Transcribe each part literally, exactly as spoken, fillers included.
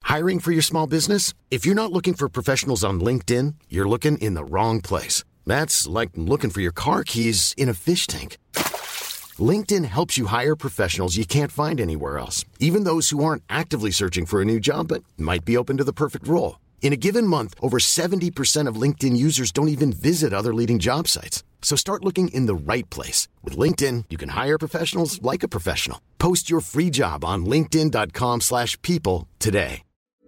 Hiring for your small business? If you're not looking for professionals on LinkedIn, you're looking in the wrong place. That's like looking for your car keys in a fish tank. LinkedIn helps you hire professionals you can't find anywhere else, even those who aren't actively searching for a new job but might be open to the perfect role. In a given month, over seventy percent of LinkedIn users don't even visit other leading job sites. So start looking in the right place. With LinkedIn, you can hire professionals like a professional. Post your free job on linkedin.com slash people today.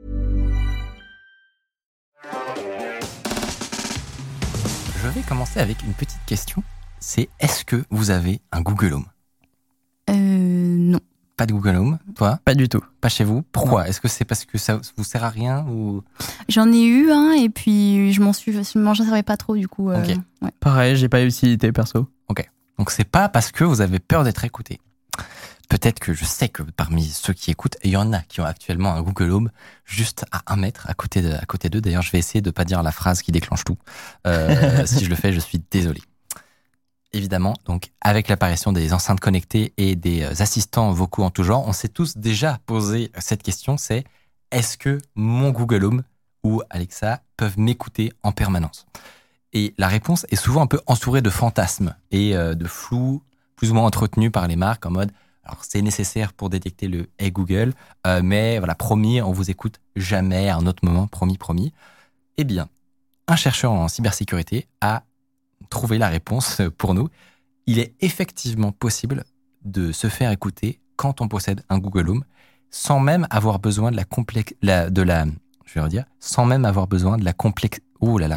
Je vais commencer avec une petite question. C'est est-ce que vous avez un Google Home ? Euh, non. Pas de Google Home, toi ? Pas du tout. Pas chez vous ? Pourquoi ? Non. Est-ce que c'est parce que ça vous sert à rien ou... J'en ai eu un et puis je m'en suis, je m'en servais pas trop du coup. Euh, Ok. ouais. Pareil, j'ai pas d'utilité perso. Ok. Donc c'est pas parce que vous avez peur d'être écouté. Peut-être que je sais que parmi ceux qui écoutent, il y en a qui ont actuellement un Google Home juste à un mètre à côté, de, à côté d'eux. D'ailleurs, je vais essayer de pas dire la phrase qui déclenche tout. Euh, si je le fais, je suis désolé. Évidemment, donc avec l'apparition des enceintes connectées et des assistants vocaux en tout genre, on s'est tous déjà posé cette question, c'est est-ce que mon Google Home ou Alexa peuvent m'écouter en permanence ? Et la réponse est souvent un peu entourée de fantasmes et de flou plus ou moins entretenu par les marques en mode alors c'est nécessaire pour détecter le « Hey Google euh, », mais voilà, promis, on vous écoute jamais à un autre moment, promis, promis. Eh bien, un chercheur en cybersécurité a trouvé la réponse pour nous. Il est effectivement possible de se faire écouter quand on possède un Google Home, sans même avoir besoin de la complexe, la, de la, je vais redire, sans même avoir besoin de la complexe, oh là là,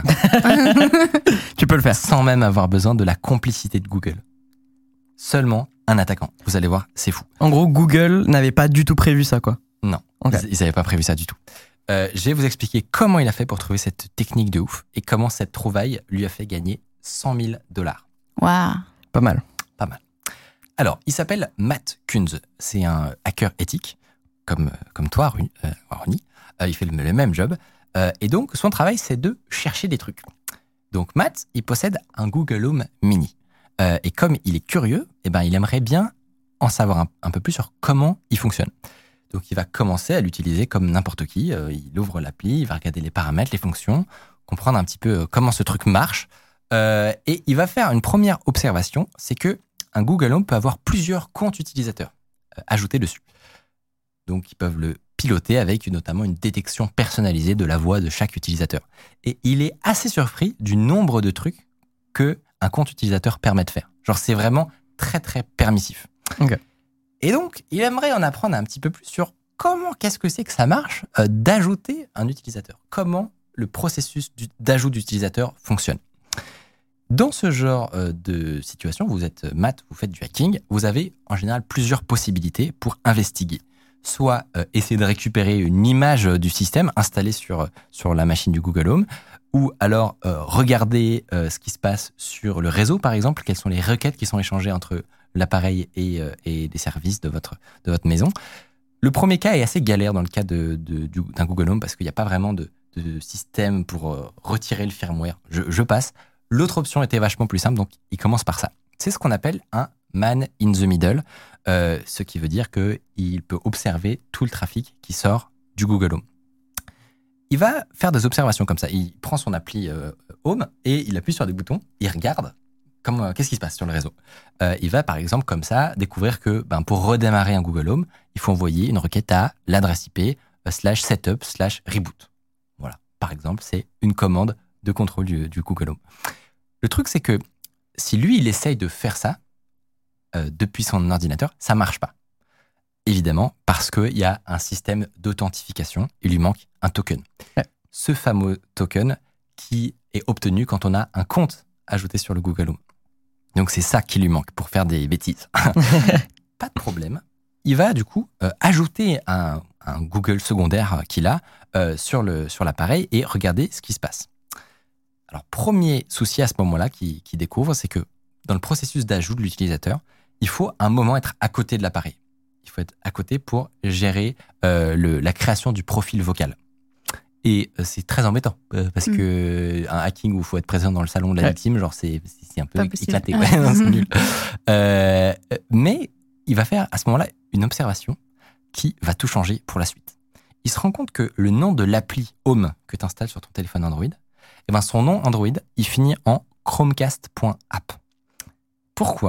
Tu peux le faire. sans même avoir besoin de la complicité de Google. Seulement un attaquant. Vous allez voir, c'est fou. En gros, Google n'avait pas du tout prévu ça, quoi. Non, Ok. ils n'avaient pas prévu ça du tout. Euh, je vais vous expliquer comment il a fait pour trouver cette technique de ouf et comment cette trouvaille lui a fait gagner cent mille dollars. Waouh. Pas mal. Pas mal. Alors, il s'appelle Matt Kunz. C'est un hacker éthique, comme, comme toi, Ronnie. Euh, Ronnie. Euh, il fait le, le même job. Euh, et donc, son travail, c'est de chercher des trucs. Donc, Matt, il possède un Google Home Mini. Euh, et comme il est curieux, eh ben, il aimerait bien en savoir un, un peu plus sur comment il fonctionne. Donc, il va commencer à l'utiliser comme n'importe qui. Euh, il ouvre l'appli, il va regarder les paramètres, les fonctions, comprendre un petit peu euh, comment ce truc marche. Euh, et il va faire une première observation, c'est que un Google Home peut avoir plusieurs comptes utilisateurs euh, ajoutés dessus. Donc, ils peuvent le piloter avec notamment une détection personnalisée de la voix de chaque utilisateur. Et il est assez surpris du nombre de trucs que un compte utilisateur permet de faire. Genre, c'est vraiment très, très permissif. Ok. Et donc, il aimerait en apprendre un petit peu plus sur comment, qu'est-ce que c'est que ça marche euh, d'ajouter un utilisateur. Comment le processus du, d'ajout d'utilisateur fonctionne. Dans ce genre euh, de situation, vous êtes Matt, vous faites du hacking, vous avez en général plusieurs possibilités pour investiguer. Soit euh, essayer de récupérer une image du système installée sur, sur la machine du Google Home, ou alors euh, regarder euh, ce qui se passe sur le réseau, par exemple, quelles sont les requêtes qui sont échangées entre l'appareil et, euh, et des services de votre, de votre maison. Le premier cas est assez galère dans le cas de, de, du, d'un Google Home parce qu'il n'y a pas vraiment de, de système pour euh, retirer le firmware. Je, je passe. L'autre option était vachement plus simple, donc il commence par ça. C'est ce qu'on appelle un man in the middle, euh, ce qui veut dire qu'il peut observer tout le trafic qui sort du Google Home. Il va faire des observations comme ça. Il prend son appli euh, Home et il appuie sur des boutons, il regarde comment, qu'est-ce qui se passe sur le réseau. Euh, il va par exemple comme ça découvrir que ben, pour redémarrer un Google Home, il faut envoyer une requête à l'adresse I P euh, slash setup slash reboot. Voilà, par exemple, c'est une commande de contrôle du, du Google Home. Le truc, c'est que si lui, il essaye de faire ça euh, depuis son ordinateur, ça ne marche pas. Évidemment, parce qu'il y a un système d'authentification, il lui manque un token. Ouais. Ce fameux token qui est obtenu quand on a un compte ajouté sur le Google Home. Donc, c'est ça qui lui manque pour faire des bêtises. Pas de problème. Il va, du coup, euh, ajouter un, un Google secondaire qu'il a euh, sur, le, sur l'appareil et regarder ce qui se passe. Alors, premier souci à ce moment-là qu'il, qu'il découvre, c'est que dans le processus d'ajout de l'utilisateur, il faut un moment être à côté de l'appareil. Il faut être à côté pour gérer euh, le, la création du profil vocal. Et euh, c'est très embêtant, euh, parce mmh. que un hacking où il faut être présent dans le salon de la ouais. victime, genre c'est, c'est un peu Pas éclaté. Ouais. Ouais, non, c'est nul. Euh, mais il va faire à ce moment-là une observation qui va tout changer pour la suite. il se rend compte que le nom de l'appli Home que tu installes sur ton téléphone Android, eh ben son nom Android, il finit en chromecast point app. Pourquoi ?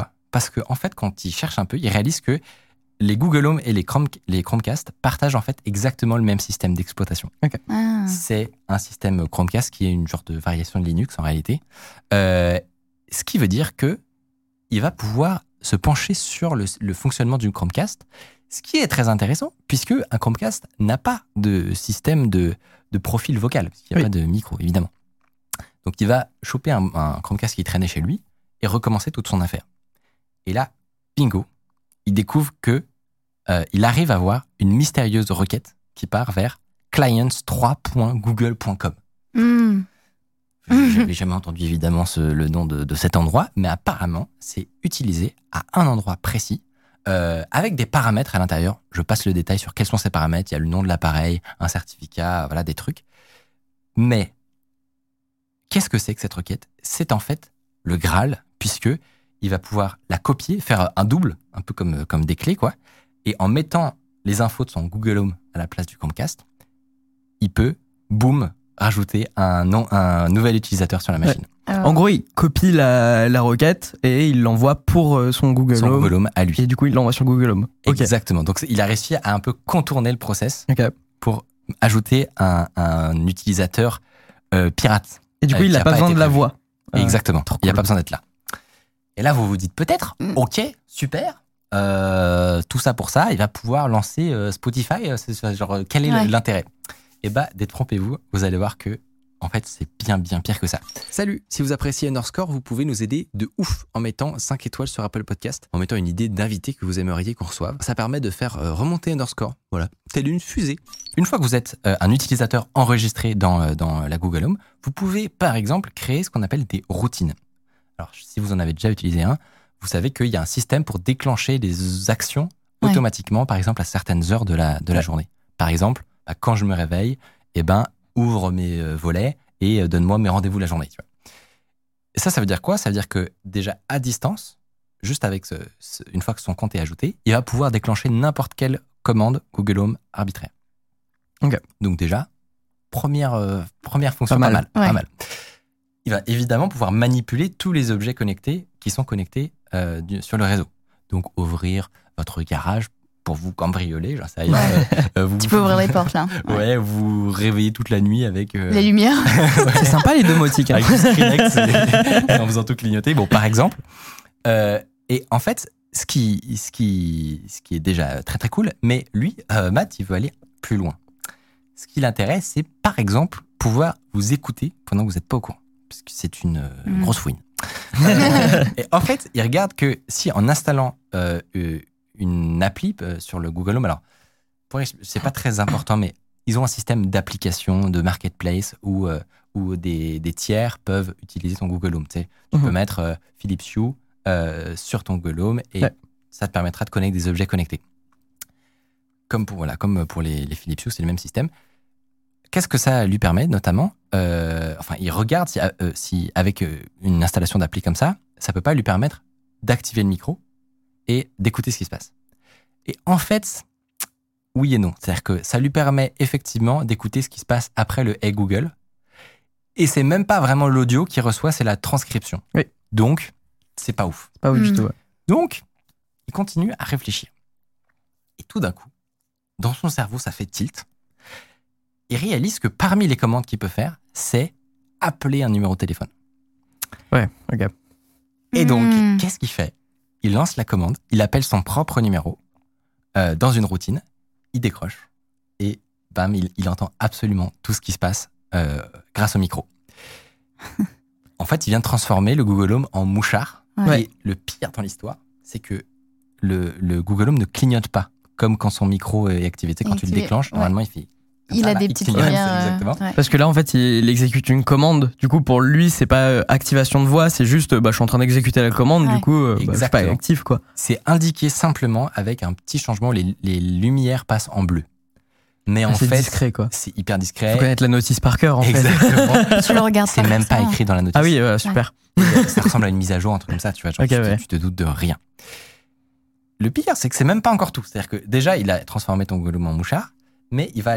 Parce que en fait, quand il cherche un peu, il réalise que les Google Home et les, Chrome, les Chromecast partagent en fait exactement le même système d'exploitation. Okay. Ah. C'est un système Chromecast qui est une sorte de variation de Linux en réalité. Euh, ce qui veut dire que il va pouvoir se pencher sur le, le fonctionnement d'une Chromecast, ce qui est très intéressant puisque un Chromecast n'a pas de système de, de profil vocal, parce qu'il n'y a oui. pas de micro évidemment. Donc il va choper un, un Chromecast qui traînait chez lui et recommencer toute son affaire. Et là, bingo, il découvre que euh, il arrive à avoir une mystérieuse requête qui part vers clients trois point google point com. Mm. Je n'avais jamais entendu évidemment ce, le nom de, de cet endroit, mais apparemment, c'est utilisé à un endroit précis, euh, avec des paramètres à l'intérieur. Je passe le détail sur quels sont ces paramètres. Il y a le nom de l'appareil, un certificat, voilà, des trucs. Mais qu'est-ce que c'est que cette requête ? C'est en fait le Graal, puisque il va pouvoir la copier, faire un double, un peu comme, comme des clés, quoi. Et en mettant les infos de son Google Home à la place du Chromecast, il peut, boum, rajouter un, nom, un nouvel utilisateur sur la machine. Ouais. En gros, il copie la, la requête et il l'envoie pour son Google son Home. Google Home à lui. Et du coup, il l'envoie sur Google Home. Exactement. Okay. Donc, il a réussi à un peu contourner le process okay. pour ajouter un, un utilisateur euh, pirate. Et du coup, euh, il n'a pas, pas besoin de la voix. Exactement. Cool. Il n'a pas besoin d'être là. Et là, vous vous dites peut-être, mm. ok, super, euh, tout ça pour ça, il va pouvoir lancer euh, Spotify. Euh, c'est, genre, quel est ouais. l'intérêt ? Eh bah, détrompez-vous, vous allez voir que, en fait, c'est bien, bien pire que ça. Salut, si vous appréciez Underscore, vous pouvez nous aider de ouf en mettant cinq étoiles sur Apple Podcast, en mettant une idée d'invité que vous aimeriez qu'on reçoive. Ça permet de faire euh, remonter Underscore, voilà, telle une fusée. Une fois que vous êtes euh, un utilisateur enregistré dans, euh, dans la Google Home, vous pouvez, par exemple, créer ce qu'on appelle des routines. Alors, si vous en avez déjà utilisé un, vous savez qu'il y a un système pour déclencher des actions ouais. automatiquement, par exemple, à certaines heures de la, de la ouais. journée. Par exemple, bah, quand je me réveille, eh ben, ouvre mes euh, volets et euh, donne-moi mes rendez-vous la journée. Tu vois. Et ça, ça veut dire quoi ? Ça veut dire que déjà à distance, juste avec ce, ce, une fois que son compte est ajouté, il va pouvoir déclencher n'importe quelle commande Google Home arbitraire. Okay. Donc déjà, première, euh, première fonction, pas mal. Pas mal, ouais. pas mal. Il va évidemment pouvoir manipuler tous les objets connectés qui sont connectés euh, du, sur le réseau. Donc, ouvrir votre garage pour vous cambrioler, j'en sais rien. Ouais. Euh, vous, tu peux ouvrir les portes, là. Ouais, ouais vous réveillez toute la nuit avec... Euh... La lumière. Ouais. C'est sympa, les domotiques. Hein. Avec du Skrillex et... en faisant tout clignoter. Bon, par exemple. Euh, et en fait, ce qui, ce, qui, ce qui est déjà très, très cool, mais lui, euh, Matt, il veut aller plus loin. Ce qui l'intéresse, c'est, par exemple, pouvoir vous écouter pendant que vous n'êtes pas au courant. Parce que c'est une euh, mmh. grosse fouine. Et en fait, il regarde que si en installant euh, une appli euh, sur le Google Home, alors pour, c'est pas très important, mais ils ont un système d'application, de marketplace où, euh, où des, des tiers peuvent utiliser ton Google Home. Tu sais, tu mmh. peux mettre euh, Philips Hue euh, sur ton Google Home et ouais. ça te permettra de connecter des objets connectés. Comme pour, voilà, comme pour les, les Philips Hue, c'est le même système. Qu'est-ce que ça lui permet, notamment euh, Enfin, il regarde si, euh, si avec euh, une installation d'appli comme ça, ça peut pas lui permettre d'activer le micro et d'écouter ce qui se passe. Et en fait, oui et non. C'est-à-dire que ça lui permet effectivement d'écouter ce qui se passe après le Hey Google. Et c'est même pas vraiment l'audio qu'il reçoit, c'est la transcription. Oui. Donc, c'est pas ouf. Pas ouf mmh. du tout. Ouais. Donc, il continue à réfléchir. Et tout d'un coup, dans son cerveau, ça fait tilt. Il réalise que parmi les commandes qu'il peut faire, c'est appeler un numéro de téléphone. Ouais, ok. Et donc, mmh. qu'est-ce qu'il fait ? Il lance la commande, il appelle son propre numéro euh, dans une routine, il décroche et bam, il, il entend absolument tout ce qui se passe euh, grâce au micro. En fait, il vient de transformer le Google Home en mouchard. Ouais. Et le pire dans l'histoire, c'est que le, le Google Home ne clignote pas, comme quand son micro est activé. Tu sais, quand tu le déclenches, ouais. normalement, il fait... Il ça, a là, des petites lumières. Exactement. Ouais. Parce que là, en fait, il exécute une commande. Du coup, pour lui, c'est pas activation de voix, c'est juste, bah, je suis en train d'exécuter la commande. Ouais. Du coup, bah, c'est pas actif, quoi. C'est indiqué simplement avec un petit changement. Les, les lumières passent en bleu. Mais ah, en c'est fait, discret, quoi. C'est hyper discret. Faut connaître la notice par cœur, en Exactement. fait. Tu le regardes. C'est même pas écrit dans la notice. Ah oui, ouais, super. Ouais. Ça ressemble à une mise à jour, un truc comme ça. Tu vois, genre, okay, tu, ouais. tu te doutes de rien. Le pire, c'est que c'est même pas encore tout. C'est-à-dire que déjà, il a transformé ton Google Home en mouchard, mais il va aller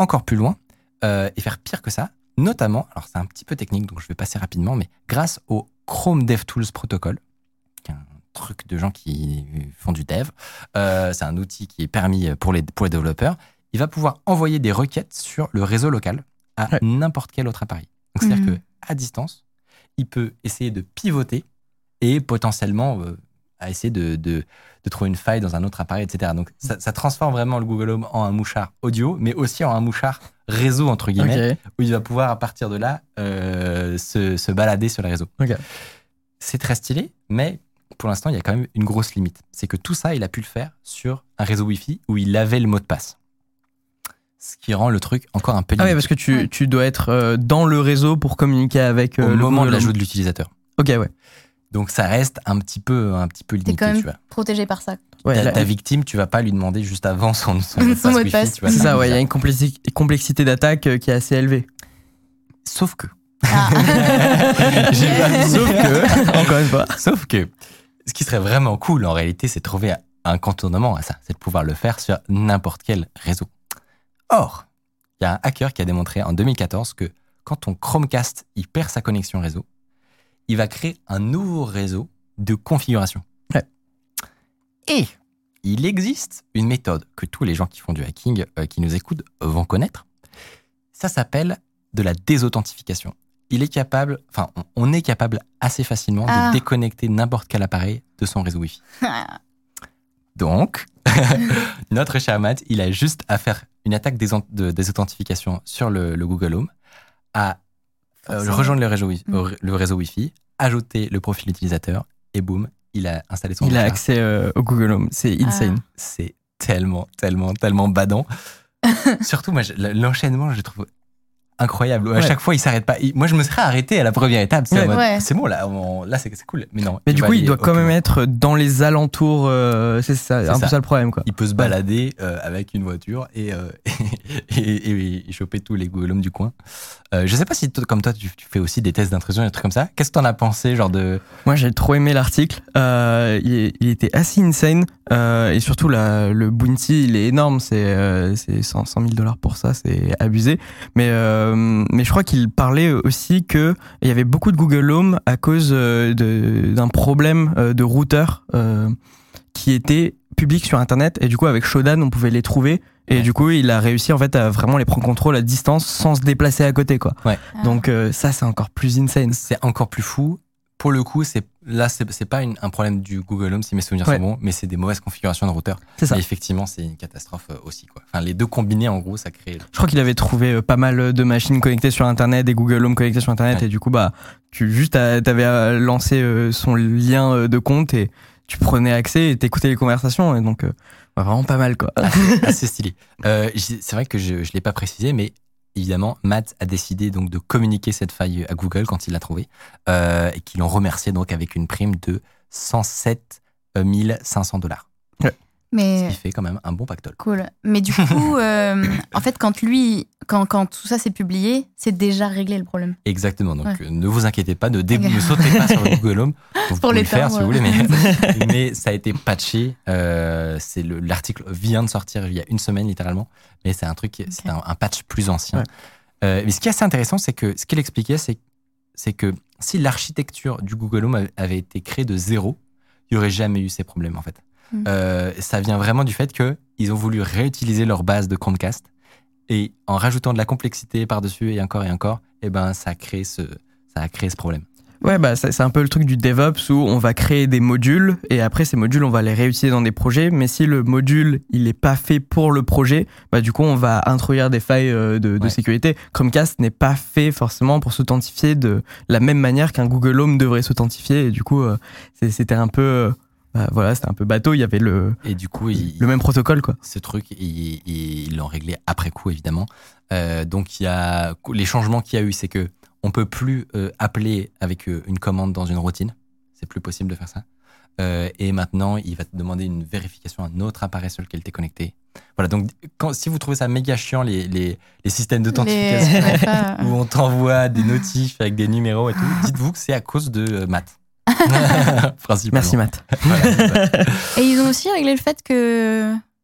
encore plus loin euh, et faire pire que ça, notamment, alors c'est un petit peu technique, donc je vais passer rapidement, mais grâce au Chrome DevTools Protocol, qui est un truc de gens qui font du dev, euh, c'est un outil qui est permis pour les, pour les développeurs, il va pouvoir envoyer des requêtes sur le réseau local à ouais. n'importe quel autre appareil. Donc, c'est-à-dire mmh. qu'à distance, il peut essayer de pivoter et potentiellement euh, à essayer de, de, de trouver une faille dans un autre appareil, et cetera. Donc, ça, ça transforme vraiment le Google Home en un mouchard audio, mais aussi en un mouchard réseau, entre guillemets, okay. où il va pouvoir, à partir de là, euh, se, se balader sur les réseaux. Okay. C'est très stylé, mais pour l'instant, il y a quand même une grosse limite. C'est que tout ça, il a pu le faire sur un réseau Wi-Fi où il avait le mot de passe. Ce qui rend le truc encore un peu limité. Ah oui, parce que tu, ouais. tu dois être dans le réseau pour communiquer avec Au euh, le moment de l'ajout de l'utilisateur. Ok, ouais. Donc ça reste un petit peu, un petit peu limité. T'es quand même tu vois. protégé par ça. Ouais, ta, ta victime, tu vas pas lui demander juste avant son, son, son mot de passe. C'est ça, ouais. Il y a une complexité, complexité d'attaque qui est assez élevée. Sauf que. Ah. J'ai pas... Sauf que. Encore une fois. Sauf que. Ce qui serait vraiment cool en réalité, c'est de trouver un contournement à ça, c'est de pouvoir le faire sur n'importe quel réseau. Or, il y a un hacker qui a démontré en deux mille quatorze que quand ton Chromecast il perd sa connexion réseau, il va créer un nouveau réseau de configuration. Ouais. Et il existe une méthode que tous les gens qui font du hacking, euh, qui nous écoutent, vont connaître. Ça s'appelle de la désauthentification. Il est capable, enfin, on, on est capable assez facilement ah. de déconnecter n'importe quel appareil de son réseau Wi-Fi. Donc, notre cher Matt, il a juste à faire une attaque de désauthentification sur le, le Google Home, à euh, rejoindre le réseau, mmh. le réseau Wi-Fi, ajouter le profil utilisateur, et boum, il a installé son Il a accès euh, au Google Home. C'est insane. Ah. C'est tellement, tellement, tellement badant. Surtout, moi, je, l'enchaînement, je le trouve incroyable. À ouais. chaque fois, il s'arrête pas. Il, moi, je me serais arrêté à la première étape. C'est, ouais. mode, ouais. c'est bon, là, on, là c'est, c'est cool. Mais non. Mais du coup, il doit quand même être dans les alentours. Euh, c'est ça, c'est un ça. peu ça le problème, quoi. Il peut se balader euh, avec une voiture et, euh, et, et, et choper tous les Google Home du coin. Euh, je sais pas si, toi, comme toi, tu, tu fais aussi des tests d'intrusion et des trucs comme ça. Qu'est-ce que t'en as pensé, genre de... Moi, j'ai trop aimé l'article. Euh, il, il était assez insane. Euh, et surtout, la, le bounty, il est énorme. C'est, euh, c'est cent mille dollars pour ça. C'est abusé. Mais, euh, mais je crois qu'il parlait aussi qu'il y avait beaucoup de Google Home à cause de, d'un problème de routeur euh, qui était public sur Internet. Et du coup, avec Shodan, on pouvait les trouver. Et ouais. du coup, il a réussi en fait à vraiment les prendre contrôle à distance sans se déplacer à côté, quoi. Ouais. Donc euh, ça, c'est encore plus insane. C'est encore plus fou. Pour le coup, c'est là, c'est, c'est pas une, un problème du Google Home si mes souvenirs ouais. sont bons, mais c'est des mauvaises configurations de routeur. C'est ça. Et effectivement, c'est une catastrophe aussi, quoi. Enfin, les deux combinés, en gros, ça crée. Je crois qu'il avait trouvé pas mal de machines connectées sur Internet, des Google Home connectés sur Internet, ouais. et du coup, bah, tu juste t'avais lancé son lien de compte et tu prenais accès et t'écoutais les conversations, et donc euh, bah, vraiment pas mal, quoi. Assez, assez stylé. Euh, c'est vrai que je, je l'ai pas précisé, mais évidemment, Matt a décidé donc de communiquer cette faille à Google quand il l'a trouvée, euh, et qu'ils l'ont remercié donc avec une prime de cent sept mille cinq cents dollars. Ouais. Mais ce qui fait quand même un bon pactole. Cool. Mais du coup, euh, en fait, quand lui, quand, quand tout ça s'est publié, c'est déjà réglé le problème. Exactement. Donc, ouais. euh, ne vous inquiétez pas, ne, dé- ne sautez pas sur le Google Home. Vous Pour pouvez les le faire temps, si ouais. vous voulez, mais, mais ça a été patché. Euh, c'est le, l'article vient de sortir il y a une semaine littéralement, mais c'est un truc, okay. c'est un, un patch plus ancien. Ouais. Euh, mais ce qui est assez intéressant, c'est que ce qu'il expliquait, c'est, c'est que si l'architecture du Google Home avait été créée de zéro, il n'y aurait jamais eu ces problèmes en fait. Mmh. Euh, ça vient vraiment du fait qu'ils ont voulu réutiliser leur base de Chromecast et en rajoutant de la complexité par-dessus et encore et encore, et ben, ça, a créé ce, ça a créé ce problème. Ouais, bah, c'est un peu le truc du DevOps où on va créer des modules et après ces modules, on va les réutiliser dans des projets. Mais si le module, il n'est pas fait pour le projet, bah, du coup, on va introduire des failles de, de ouais. sécurité. Chromecast n'est pas fait forcément pour s'authentifier de la même manière qu'un Google Home devrait s'authentifier. Et du coup, c'était un peu... Bah voilà, c'était un peu bateau, il y avait le, et du coup, il, le même protocole, quoi. Ce truc, ils, ils l'ont réglé après coup, évidemment. Euh, donc, il y a, les changements qu'il y a eu, c'est que on peut plus euh, appeler avec euh, une commande dans une routine. C'est plus possible de faire ça. Euh, et maintenant, il va te demander une vérification à un autre appareil sur lequel tu es connecté. Voilà, donc quand, si vous trouvez ça méga chiant, les, les, les systèmes d'authentification les... où on t'envoie des notifs avec des numéros et tout, dites-vous que c'est à cause de euh, Matt. Merci Matt. Voilà, et ils ont aussi réglé le fait que,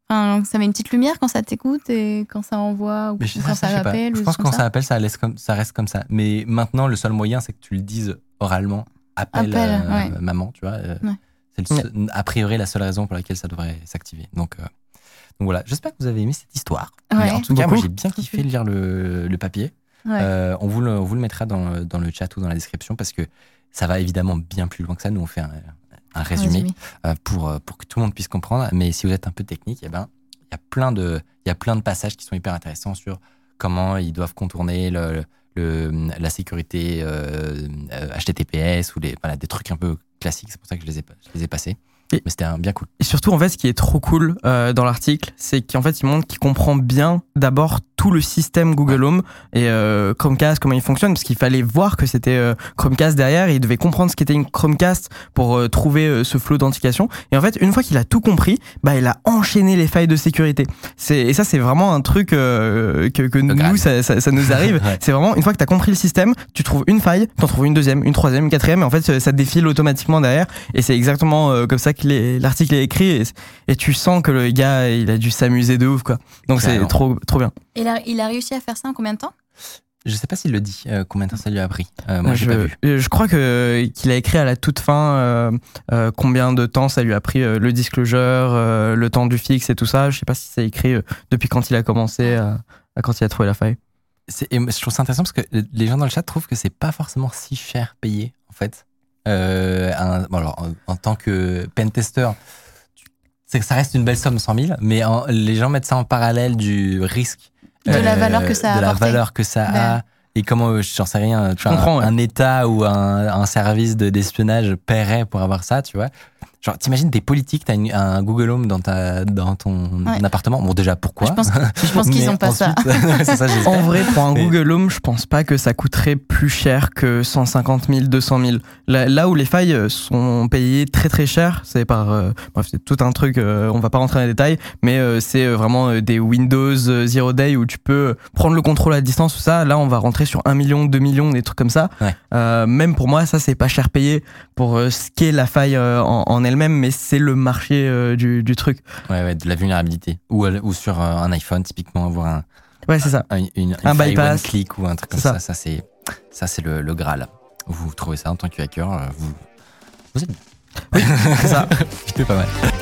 Enfin, ça met une petite lumière quand ça t'écoute et quand ça envoie ou Mais je, quand ça, ça je sais pas. appelle. Je ou pense que comme quand ça appelle, ça, laisse comme, ça reste comme ça. Mais maintenant, le seul moyen, c'est que tu le dises oralement. Appelle, Appelle, euh, ouais. maman, tu vois. Euh, Ouais. C'est le seul- a priori la seule raison pour laquelle ça devrait s'activer. Donc, euh, donc voilà, j'espère que vous avez aimé cette histoire. Ouais. Mais en tout cas, Beaucoup. moi j'ai bien kiffé lire le, le papier. Ouais. Euh, on, vous le, on vous le mettra dans, dans le chat ou dans la description parce que ça va évidemment bien plus loin que ça. Nous on fait un, un résumé, Résumé. euh, pour, pour que tout le monde puisse comprendre. Mais si vous êtes un peu technique, eh ben, il y a plein de, il y a plein de passages qui sont hyper intéressants sur comment ils doivent contourner le, le, la sécurité euh, H T T P S ou les, voilà, des trucs un peu classiques. C'est pour ça que je les ai, je les ai passés. Et- Mais c'était un, bien cool. Et surtout, en fait, ce qui est trop cool euh, dans l'article, c'est qu'en fait, il montre qu'il comprend bien d'abord tout le système Google Home et euh, Chromecast, comment il fonctionne, parce qu'il fallait voir que c'était euh, Chromecast derrière et il devait comprendre ce qu'était une Chromecast pour euh, trouver euh, ce flow d'authentification. Et en fait, une fois qu'il a tout compris, bah, il a enchaîné les failles de sécurité. C'est, et ça, c'est vraiment un truc euh, que, que nous, grade. ça, ça, ça nous arrive. Ouais. C'est vraiment, une fois que tu as compris le système, tu trouves une faille, tu en trouves une deuxième, une troisième, une quatrième, et en fait, ça défile automatiquement derrière. Et c'est exactement euh, comme ça que les, l'article est écrit. Et, et tu sens que le gars, il a dû s'amuser de ouf, quoi. Donc Carrément. c'est trop, trop bien. Il a, il a réussi à faire ça en combien de temps? Je sais pas s'il le dit, euh, combien de temps ça lui a pris. Euh, moi, j'ai je, pas vu. euh, je crois que qu'il a écrit à la toute fin euh, euh, combien de temps ça lui a pris euh, le disclosure, euh, le temps du fixe et tout ça. Je sais pas si c'est écrit euh, depuis quand il a commencé à, à quand il a trouvé la faille. C'est, et je trouve ça intéressant parce que les gens dans le chat trouvent que c'est pas forcément si cher payé, en fait. Euh, un, bon alors, en, en tant que pentester, tu- c'est que ça reste une belle somme, cent mille, mais en- les gens mettent ça en parallèle du risque. De la valeur que ça a De la apporté. valeur que ça Ben. a. Et comment, euh, j'en sais rien, tu vois, comprends, un, ouais. un État ou un, un service de, d'espionnage paierait pour avoir ça, tu vois. Genre, t'imagines, t'es politique, t'as une- un Google Home dans, ta, dans ton Ouais. appartement. Bon, déjà, pourquoi Je pense, je pense qu'ils Mais ont pas ça. ensuite- c'est ça, j'espère. En vrai, pour un Mais- Google Home, je pense pas que ça coûterait plus cher que cent cinquante mille, deux cent mille. Là, là où les failles sont payées très très cher, c'est par, euh, bref, c'est tout un truc, euh, on va pas rentrer dans les détails, mais euh, c'est vraiment euh, des Windows euh, Zero Day où tu peux prendre le contrôle à distance, tout ça. Là, on va rentrer sur un million, deux millions, des trucs comme ça. Ouais. Euh, même pour moi, ça, c'est pas cher payé pour euh, ce qu'est la faille euh, en, en elle-même, mais c'est le marché euh, du, du truc. Ouais, ouais, de la vulnérabilité. Ou, ou sur euh, un iPhone, typiquement, avoir un, Ouais, c'est ça. un, une, une Un faille bypass. one click ou un truc comme C'est ça. ça. Ça, c'est, ça, c'est le, le Graal. Vous trouvez ça en tant que hacker, euh, vous, vous êtes bien. C'est ça. C'est pas mal.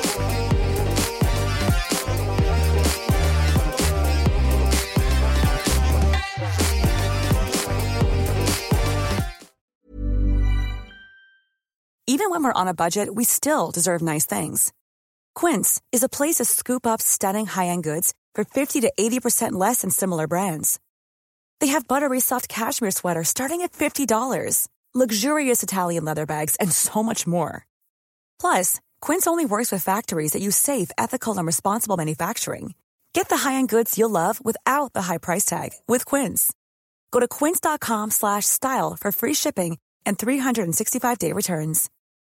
Even when we're on a budget, we still deserve nice things. Quince is a place to scoop up stunning high-end goods for fifty to eighty percent less than similar brands. They have buttery soft cashmere sweaters starting at fifty dollars, luxurious Italian leather bags, and so much more. Plus, Quince only works with factories that use safe, ethical, and responsible manufacturing. Get the high-end goods you'll love without the high price tag with Quince. Go to quince.com slash style for free shipping and three sixty-five day returns.